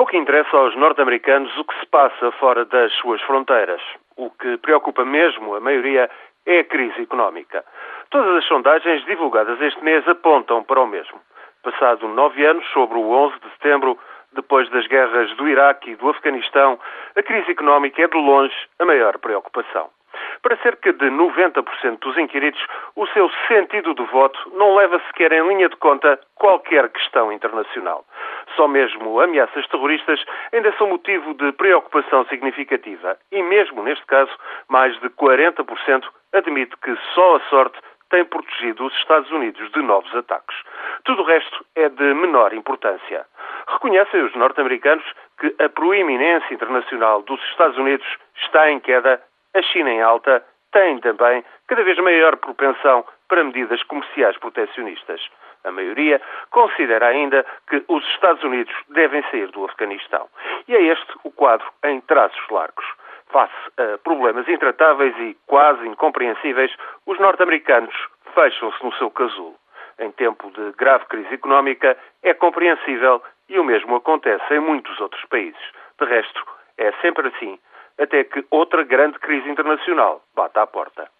Pouco interessa aos norte-americanos o que se passa fora das suas fronteiras. O que preocupa mesmo a maioria é a crise económica. Todas as sondagens divulgadas este mês apontam para o mesmo. Passado 9 anos, sobre o 11 de setembro, depois das guerras do Iraque e do Afeganistão, a crise económica é de longe a maior preocupação. Para cerca de 90% dos inquiridos, o seu sentido do voto não leva sequer em linha de conta qualquer questão internacional. Só mesmo ameaças terroristas ainda são motivo de preocupação significativa. E mesmo neste caso, mais de 40% admite que só a sorte tem protegido os Estados Unidos de novos ataques. Tudo o resto é de menor importância. Reconhecem os norte-americanos que a proeminência internacional dos Estados Unidos está em queda. A China em alta tem também cada vez maior propensão para medidas comerciais protecionistas. A maioria considera ainda que os Estados Unidos devem sair do Afeganistão. E é este o quadro em traços largos. Face a problemas intratáveis e quase incompreensíveis, os norte-americanos fecham-se no seu casulo. Em tempo de grave crise económica, é compreensível e o mesmo acontece em muitos outros países. De resto, é sempre assim, até que outra grande crise internacional bata à porta.